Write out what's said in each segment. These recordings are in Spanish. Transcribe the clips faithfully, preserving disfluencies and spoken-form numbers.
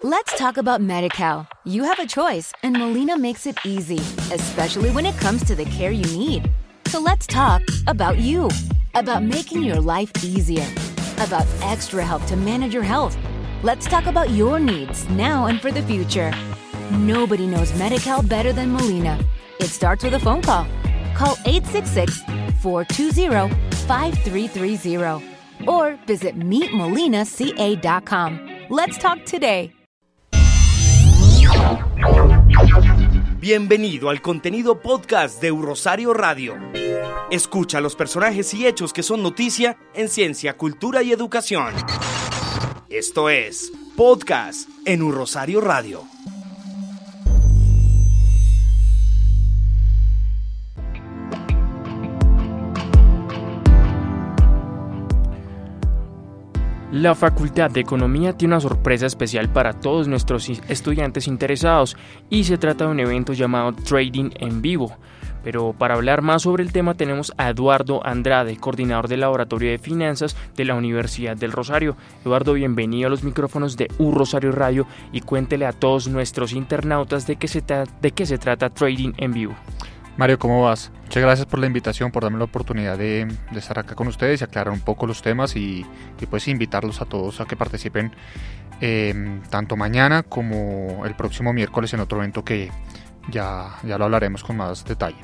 Let's talk about Medi-Cal. You have a choice, and Molina makes it easy, especially when it comes to the care you need. So let's talk about you, about making your life easier, about extra help to manage your health. Let's talk about your needs now and for the future. Nobody knows Medi-Cal better than Molina. It starts with a phone call. Call eight six six, four two zero, five three three zero or visit meet molina c a dot com. Let's talk today. Bienvenido al contenido podcast de Rosario Radio. Escucha los personajes y hechos que son noticia en ciencia, cultura y educación. Esto es Podcast en Rosario Radio. La Facultad de Economía tiene una sorpresa especial para todos nuestros estudiantes interesados y se trata de un evento llamado Trading en Vivo. Pero para hablar más sobre el tema tenemos a Eduardo Andrade, coordinador del Laboratorio de Finanzas de la Universidad del Rosario. Eduardo, bienvenido a los micrófonos de U Rosario Radio y cuéntele a todos nuestros internautas de qué se, tra- de qué se trata Trading en Vivo. Mario, ¿cómo vas? Muchas gracias por la invitación, por darme la oportunidad de, de estar acá con ustedes y aclarar un poco los temas y, y pues invitarlos a todos a que participen eh, tanto mañana como el próximo miércoles en otro evento que ya, ya lo hablaremos con más detalle.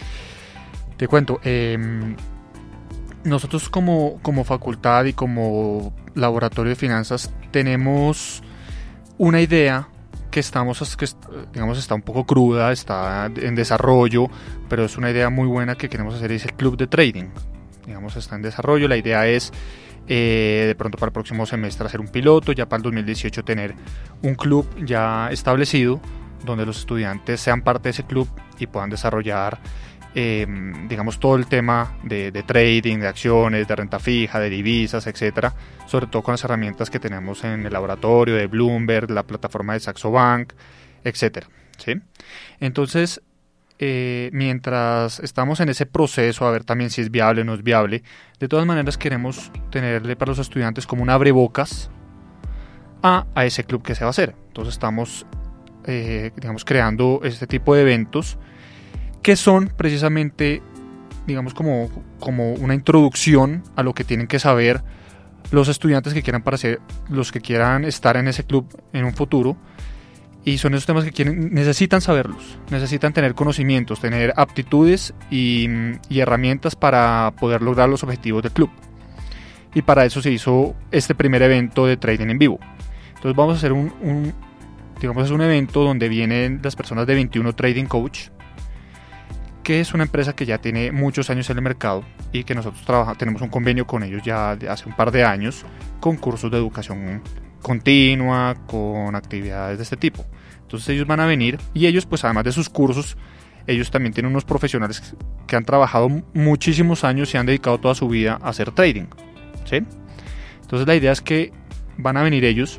Te cuento, eh, nosotros como, como facultad y como laboratorio de finanzas tenemos una idea que estamos, que digamos está un poco cruda, está en desarrollo, pero es una idea muy buena que queremos hacer, es el club de trading, digamos está en desarrollo. La idea es eh, de pronto para el próximo semestre hacer un piloto, ya para el dos mil dieciocho tener un club ya establecido donde los estudiantes sean parte de ese club y puedan desarrollar eh, digamos todo el tema de, de trading, de acciones, de renta fija, de divisas, etcétera, sobre todo con las herramientas que tenemos en el laboratorio de Bloomberg, la plataforma de Saxo Bank, etcétera, ¿sí? Entonces, eh, mientras estamos en ese proceso, a ver también si es viable o no es viable, de todas maneras queremos tenerle para los estudiantes como un abrebocas a, a ese club que se va a hacer. Entonces estamos, eh, digamos, creando este tipo de eventos que son precisamente, digamos, como, como una introducción a lo que tienen que saber los estudiantes que quieran para ser, los que quieran estar en ese club en un futuro, y son esos temas que quieren, necesitan saberlos, necesitan tener conocimientos, tener aptitudes y, y herramientas para poder lograr los objetivos del club. Y para eso se hizo este primer evento de trading en vivo. Entonces vamos a hacer un, un digamos, es un evento donde vienen las personas de veintiuno Trading Coach, que es una empresa que ya tiene muchos años en el mercado y que nosotros trabaja, tenemos un convenio con ellos ya de hace un par de años con cursos de educación continua, con actividades de este tipo. Entonces ellos van a venir y ellos, pues además de sus cursos, ellos también tienen unos profesionales que han trabajado muchísimos años y han dedicado toda su vida a hacer trading, ¿sí? Entonces la idea es que van a venir ellos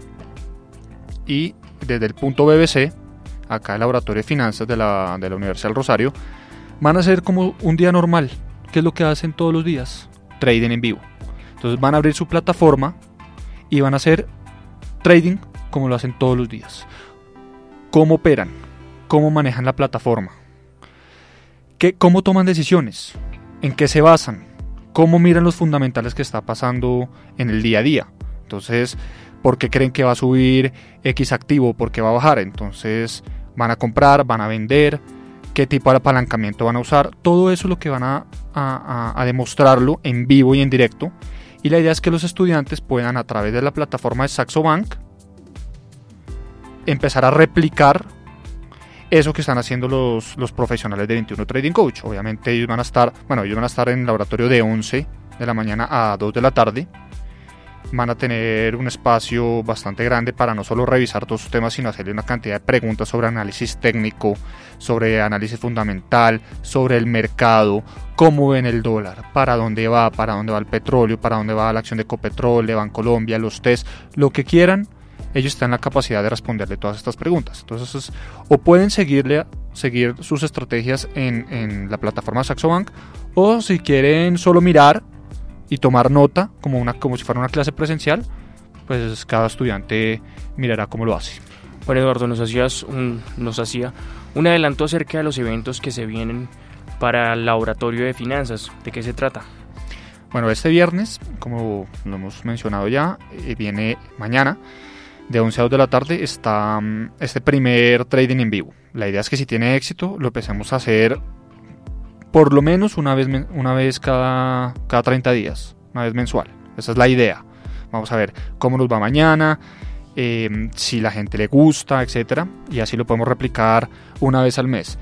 y desde el punto B B C, acá el Laboratorio de Finanzas de la, de la Universidad del Rosario, van a hacer como un día normal, que es lo que hacen todos los días, trading en vivo. Entonces van a abrir su plataforma y van a hacer trading como lo hacen todos los días. ¿Cómo operan? ¿Cómo manejan la plataforma? ¿Qué, ¿Cómo toman decisiones? ¿En qué se basan? ¿Cómo miran los fundamentales que está pasando en el día a día? Entonces, ¿por qué creen que va a subir X activo? ¿Por qué va a bajar? Entonces, van a comprar, van a vender, qué tipo de apalancamiento van a usar, todo eso es lo que van a, a, a demostrarlo en vivo y en directo, y la idea es que los estudiantes puedan a través de la plataforma de Saxo Bank empezar a replicar eso que están haciendo los, los profesionales de veintiuno Trading Coach. Obviamente ellos van a estar, bueno, ellos van a estar en el laboratorio de once de la mañana a dos de la tarde, van a tener un espacio bastante grande para no solo revisar todos sus temas, sino hacerle una cantidad de preguntas sobre análisis técnico, sobre análisis fundamental, sobre el mercado, cómo ven el dólar, para dónde va, para dónde va el petróleo, para dónde va la acción de Ecopetrol, de Bancolombia, los test, lo que quieran. Ellos están en la capacidad de responderle todas estas preguntas. Entonces, o pueden seguirle, seguir sus estrategias en, en la plataforma Saxo Bank, o si quieren solo mirar y tomar nota como, una, como si fuera una clase presencial, pues cada estudiante mirará cómo lo hace. Bueno, Eduardo, nos, hacías un, nos hacía un adelanto acerca de los eventos que se vienen para el Laboratorio de Finanzas. ¿De qué se trata? Bueno, este viernes, como lo hemos mencionado ya, eh, viene mañana, de once a dos de la tarde, está um, este primer trading en vivo. La idea es que si tiene éxito, lo empecemos a hacer por lo menos una vez, una vez cada, cada treinta días, una vez mensual. Esa es la idea. Vamos a ver cómo nos va mañana, eh, si la gente le gusta, etcétera, y así lo podemos replicar una vez al mes.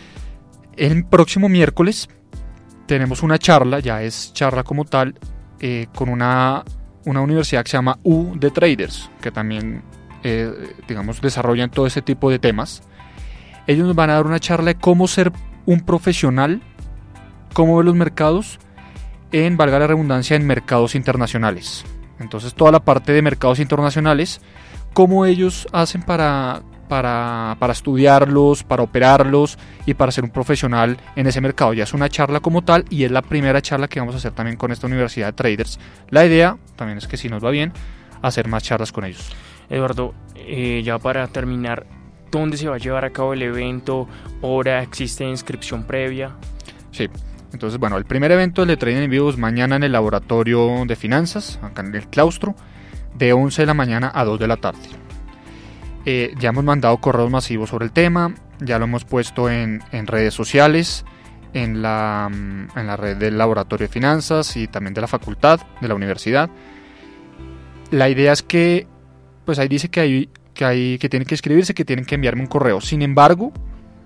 El próximo miércoles tenemos una charla, ya es charla como tal, eh, con una, una universidad que se llama U de Traders, que también, eh, digamos, desarrollan todo ese tipo de temas. Ellos nos van a dar una charla de cómo ser un profesional, cómo ver los mercados, en, valga la redundancia, en mercados internacionales. Entonces, toda la parte de mercados internacionales, cómo ellos hacen para... Para, para estudiarlos, para operarlos y para ser un profesional en ese mercado. Ya es una charla como tal y es la primera charla que vamos a hacer también con esta universidad de traders. La idea también es que, si nos va bien, hacer más charlas con ellos. Eduardo, eh, ya para terminar, ¿dónde se va a llevar a cabo el evento? ¿Hora? ¿Existe inscripción previa? Sí, entonces bueno, el primer evento de trading en vivo es mañana en el Laboratorio de Finanzas, acá en el claustro, de once de la mañana a dos de la tarde. Eh, ya hemos mandado correos masivos sobre el tema, ya lo hemos puesto en, en redes sociales, en la, en la red del Laboratorio de Finanzas y también de la facultad, de la universidad. La idea es que, pues ahí dice que hay, que hay que tienen que inscribirse, que tienen que enviarme un correo. Sin embargo,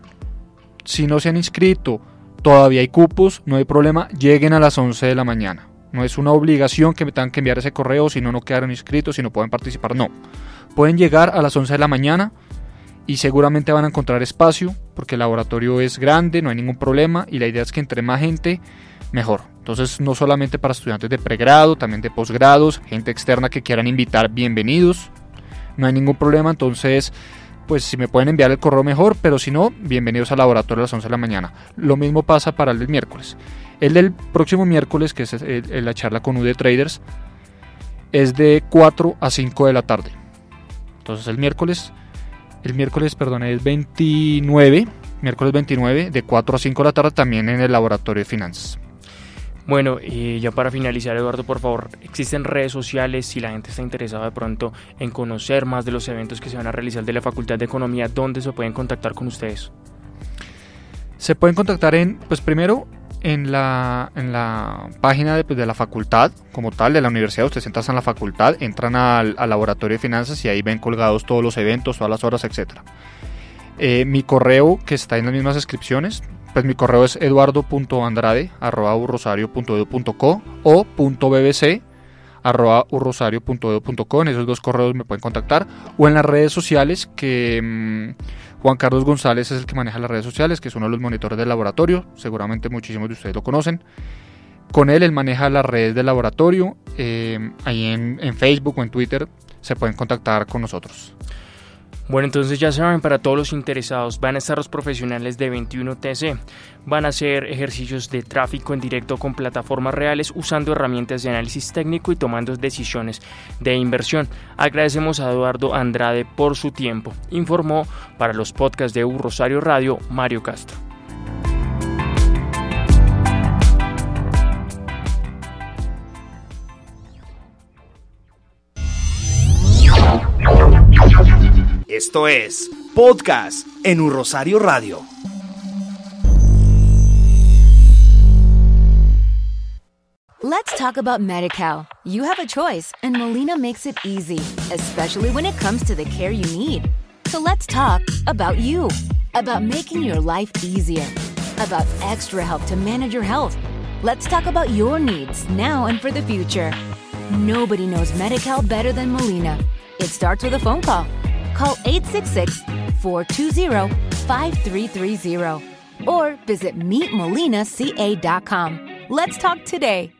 si no se han inscrito, todavía hay cupos, no hay problema, lleguen a las once de la mañana. No es una obligación que me tengan que enviar ese correo, si no, no quedaron inscritos, si no pueden participar, no. Pueden llegar a las once de la mañana y seguramente van a encontrar espacio porque el laboratorio es grande, no hay ningún problema y la idea es que entre más gente, mejor. Entonces, no solamente para estudiantes de pregrado, también de posgrados, gente externa que quieran invitar, bienvenidos. No hay ningún problema, entonces, pues si me pueden enviar el correo mejor, pero si no, bienvenidos al laboratorio a las once de la mañana. Lo mismo pasa para el del miércoles. El del próximo miércoles, que es el, el, la charla con U de Traders, es de cuatro a cinco de la tarde. Entonces el miércoles, el miércoles, perdón, es veintinueve, miércoles veintinueve, de cuatro a cinco de la tarde, también en el Laboratorio de Finanzas. Bueno, y ya para finalizar, Eduardo, por favor, ¿existen redes sociales si la gente está interesada de pronto en conocer más de los eventos que se van a realizar de la Facultad de Economía? ¿Dónde se pueden contactar con ustedes? Se pueden contactar en, pues primero, en la, en la página de, pues, de la facultad como tal, de la universidad. Ustedes entran a la facultad, entran al, al Laboratorio de Finanzas y ahí ven colgados todos los eventos, todas las horas, etcétera. Eh, mi correo, que está en las mismas descripciones, pues mi correo es eduardo punto andrade arroba u rosario punto edu punto co o .bbc arroba u rosario punto edu punto co. En esos dos correos me pueden contactar, o en las redes sociales, que mmm, Juan Carlos González es el que maneja las redes sociales, que es uno de los monitores del laboratorio, seguramente muchísimos de ustedes lo conocen. Con él, él maneja las redes del laboratorio, eh, ahí en, en Facebook o en Twitter se pueden contactar con nosotros. Bueno, entonces ya saben, para todos los interesados, van a estar los profesionales de veintiuno T C, van a hacer ejercicios de tráfico en directo con plataformas reales, usando herramientas de análisis técnico y tomando decisiones de inversión. Agradecemos a Eduardo Andrade por su tiempo. Informó para los podcasts de U Rosario Radio, Mario Castro. Esto es Podcast en U Rosario Radio. Let's talk about Medi-Cal. You have a choice, and Molina makes it easy, especially when it comes to the care you need. So let's talk about you, about making your life easier, about extra help to manage your health. Let's talk about your needs now and for the future. Nobody knows Medi-Cal better than Molina. It starts with a phone call. Call eight six six, four two zero, five three three zero or visit meet molina c a dot com. Let's talk today.